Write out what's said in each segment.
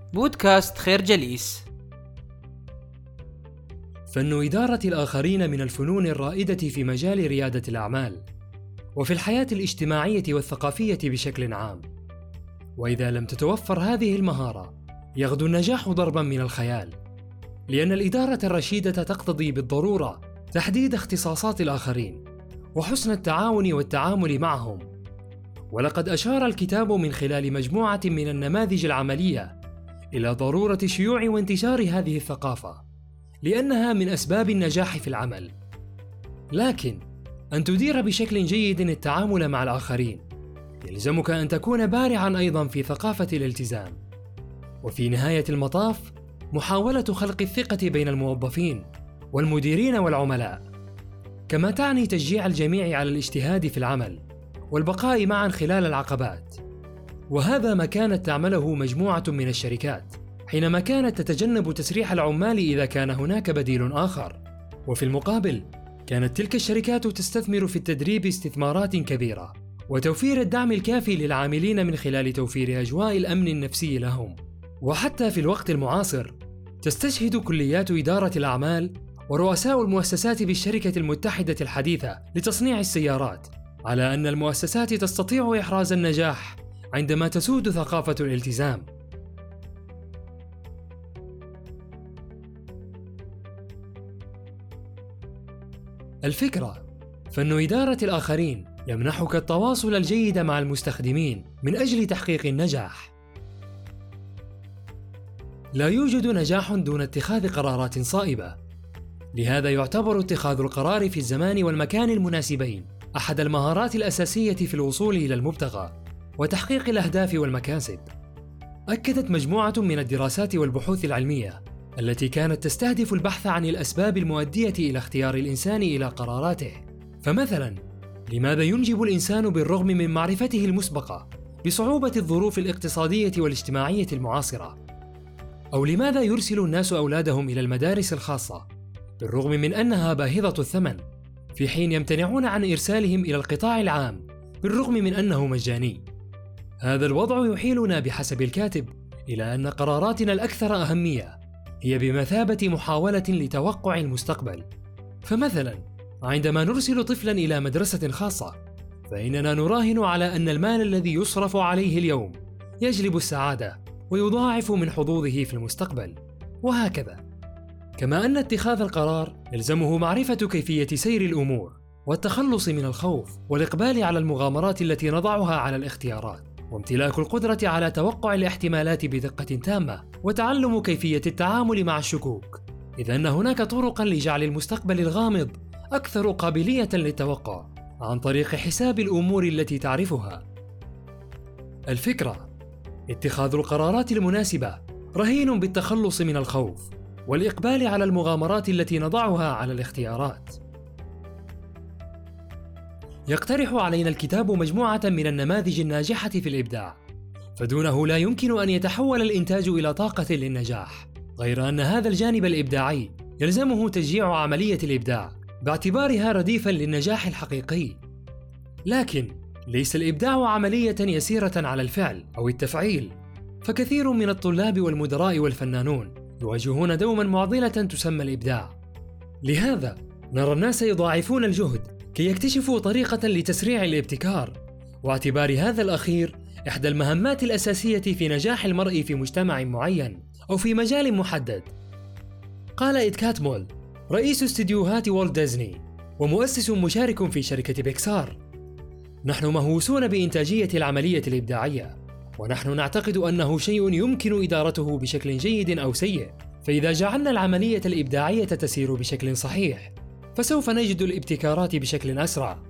بودكاست خير جليس. فن إدارة الآخرين من الفنون الرائدة في مجال ريادة الأعمال وفي الحياة الاجتماعية والثقافية بشكل عام. وإذا لم تتوفر هذه المهارة يغدو النجاح ضربا من الخيال، لأن الإدارة الرشيدة تقتضي بالضرورة تحديد اختصاصات الآخرين وحسن التعاون والتعامل معهم. ولقد أشار الكتاب من خلال مجموعة من النماذج العملية إلى ضرورة شيوع وانتشار هذه الثقافة، لأنها من أسباب النجاح في العمل. لكن أن تدير بشكل جيد التعامل مع الآخرين يلزمك أن تكون بارعاً أيضاً في ثقافة الالتزام، وفي نهاية المطاف محاولة خلق الثقة بين الموظفين والمديرين والعملاء، كما تعني تشجيع الجميع على الاجتهاد في العمل والبقاء معاً خلال العقبات. وهذا ما كانت تعمله مجموعة من الشركات حينما كانت تتجنب تسريح العمال إذا كان هناك بديل آخر. وفي المقابل كانت تلك الشركات تستثمر في التدريب استثمارات كبيرة وتوفير الدعم الكافي للعاملين من خلال توفير أجواء الأمن النفسي لهم. وحتى في الوقت المعاصر تستشهد كليات إدارة الأعمال ورؤساء المؤسسات بالشركة المتحدة الحديثة لتصنيع السيارات على أن المؤسسات تستطيع إحراز النجاح عندما تسود ثقافة الالتزام. الفكرة: فن إدارة الآخرين يمنحك التواصل الجيد مع المستخدمين من أجل تحقيق النجاح. لا يوجد نجاح دون اتخاذ قرارات صائبة، لهذا يعتبر اتخاذ القرار في الزمان والمكان المناسبين أحد المهارات الأساسية في الوصول إلى المبتغى وتحقيق الأهداف والمكاسب. أكدت مجموعة من الدراسات والبحوث العلمية التي كانت تستهدف البحث عن الأسباب المؤدية إلى اختيار الإنسان إلى قراراته. فمثلاً، لماذا ينجب الإنسان بالرغم من معرفته المسبقة بصعوبة الظروف الاقتصادية والاجتماعية المعاصرة؟ أو لماذا يرسل الناس أولادهم إلى المدارس الخاصة بالرغم من أنها باهظة الثمن، في حين يمتنعون عن إرسالهم إلى القطاع العام بالرغم من أنه مجاني؟ هذا الوضع يحيلنا بحسب الكاتب إلى أن قراراتنا الأكثر أهمية هي بمثابة محاولة لتوقع المستقبل. فمثلا، عندما نرسل طفلا إلى مدرسة خاصة فإننا نراهن على أن المال الذي يصرف عليه اليوم يجلب السعادة ويضاعف من حظوظه في المستقبل، وهكذا. كما أن اتخاذ القرار يلزمه معرفة كيفية سير الأمور والتخلص من الخوف والإقبال على المغامرات التي نضعها على الاختيارات، وامتلاك القدرة على توقع الاحتمالات بدقة تامة وتعلم كيفية التعامل مع الشكوك، إذ أن هناك طرقاً لجعل المستقبل الغامض أكثر قابلية للتوقع عن طريق حساب الأمور التي تعرفها. الفكرة: اتخاذ القرارات المناسبة رهين بالتخلص من الخوف والإقبال على المغامرات التي نضعها على الاختيارات. يقترح علينا الكتاب مجموعة من النماذج الناجحة في الإبداع، فدونه لا يمكن أن يتحول الإنتاج إلى طاقة للنجاح، غير أن هذا الجانب الإبداعي يلزمه تشجيع عملية الإبداع باعتبارها رديفاً للنجاح الحقيقي. لكن ليس الإبداع عملية يسيرة على الفعل أو التفعيل، فكثير من الطلاب والمدراء والفنانون يواجهون دوماً معضلة تسمى الإبداع. لهذا نرى الناس يضاعفون الجهد كي يكتشفوا طريقة لتسريع الابتكار، واعتبار هذا الأخير إحدى المهمات الأساسية في نجاح المرء في مجتمع معين أو في مجال محدد. قال إد كاتمول، رئيس استديوهات والت ديزني ومؤسس مشارك في شركة بيكسار: نحن مهووسون بإنتاجية العملية الإبداعية، ونحن نعتقد أنه شيء يمكن إدارته بشكل جيد أو سيء، فإذا جعلنا العملية الإبداعية تسير بشكل صحيح فسوف نجد الابتكارات بشكل أسرع.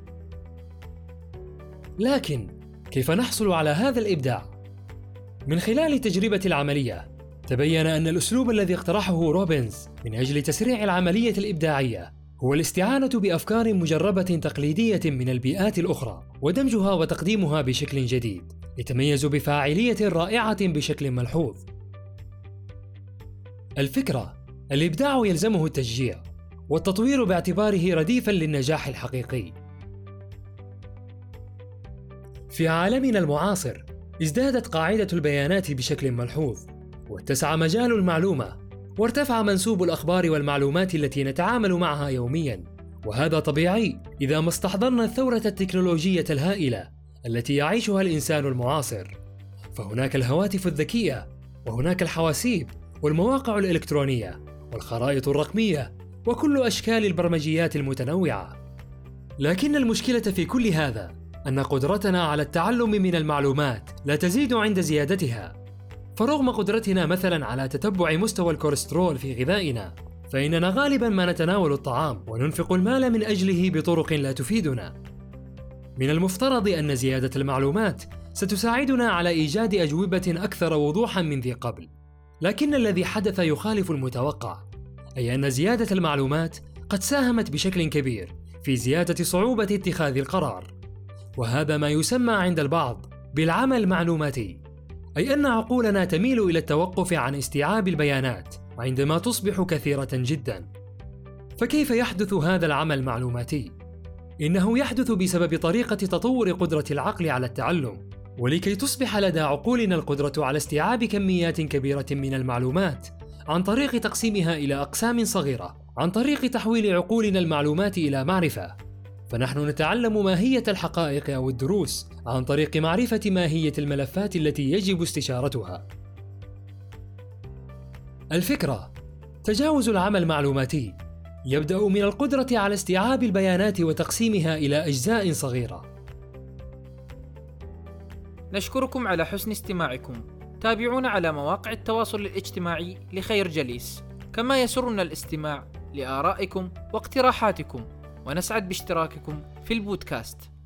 لكن كيف نحصل على هذا الإبداع؟ من خلال تجربة العملية تبين أن الأسلوب الذي اقترحه روبنز من أجل تسريع العملية الإبداعية هو الاستعانة بأفكار مجربة تقليدية من البيئات الأخرى ودمجها وتقديمها بشكل جديد يتميز بفاعلية رائعة بشكل ملحوظ. الفكرة: الإبداع يلزمه التشجيع والتطوير باعتباره رديفاً للنجاح الحقيقي. في عالمنا المعاصر ازدادت قاعدة البيانات بشكل ملحوظ، واتسع مجال المعلومة، وارتفع منسوب الأخبار والمعلومات التي نتعامل معها يومياً. وهذا طبيعي إذا ما استحضرنا الثورة التكنولوجية الهائلة التي يعيشها الإنسان المعاصر. فهناك الهواتف الذكية، وهناك الحواسيب والمواقع الإلكترونية والخرائط الرقمية وكل أشكال البرمجيات المتنوعة. لكن المشكلة في كل هذا أن قدرتنا على التعلم من المعلومات لا تزيد عند زيادتها. فرغم قدرتنا مثلا على تتبع مستوى الكوليسترول في غذائنا، فإننا غالبا ما نتناول الطعام وننفق المال من أجله بطرق لا تفيدنا. من المفترض أن زيادة المعلومات ستساعدنا على إيجاد أجوبة أكثر وضوحا من ذي قبل، لكن الذي حدث يخالف المتوقع، أي أن زيادة المعلومات قد ساهمت بشكل كبير في زيادة صعوبة اتخاذ القرار، وهذا ما يسمى عند البعض بالعمى المعلوماتي، أي أن عقولنا تميل إلى التوقف عن استيعاب البيانات عندما تصبح كثيرة جدا. فكيف يحدث هذا العمى المعلوماتي؟ إنه يحدث بسبب طريقة تطور قدرة العقل على التعلم. ولكي تصبح لدى عقولنا القدرة على استيعاب كميات كبيرة من المعلومات عن طريق تقسيمها إلى أقسام صغيرة، عن طريق تحويل عقولنا المعلومات إلى معرفة، فنحن نتعلم ماهية الحقائق أو الدروس عن طريق معرفة ماهية الملفات التي يجب استشارتها. الفكرة: تجاوز العمى المعلوماتي يبدأ من القدرة على استيعاب البيانات وتقسيمها إلى أجزاء صغيرة. نشكركم على حسن استماعكم. تابعونا على مواقع التواصل الاجتماعي لخير جليس، كما يسرنا الاستماع لآرائكم واقتراحاتكم، ونسعد باشتراككم في البودكاست.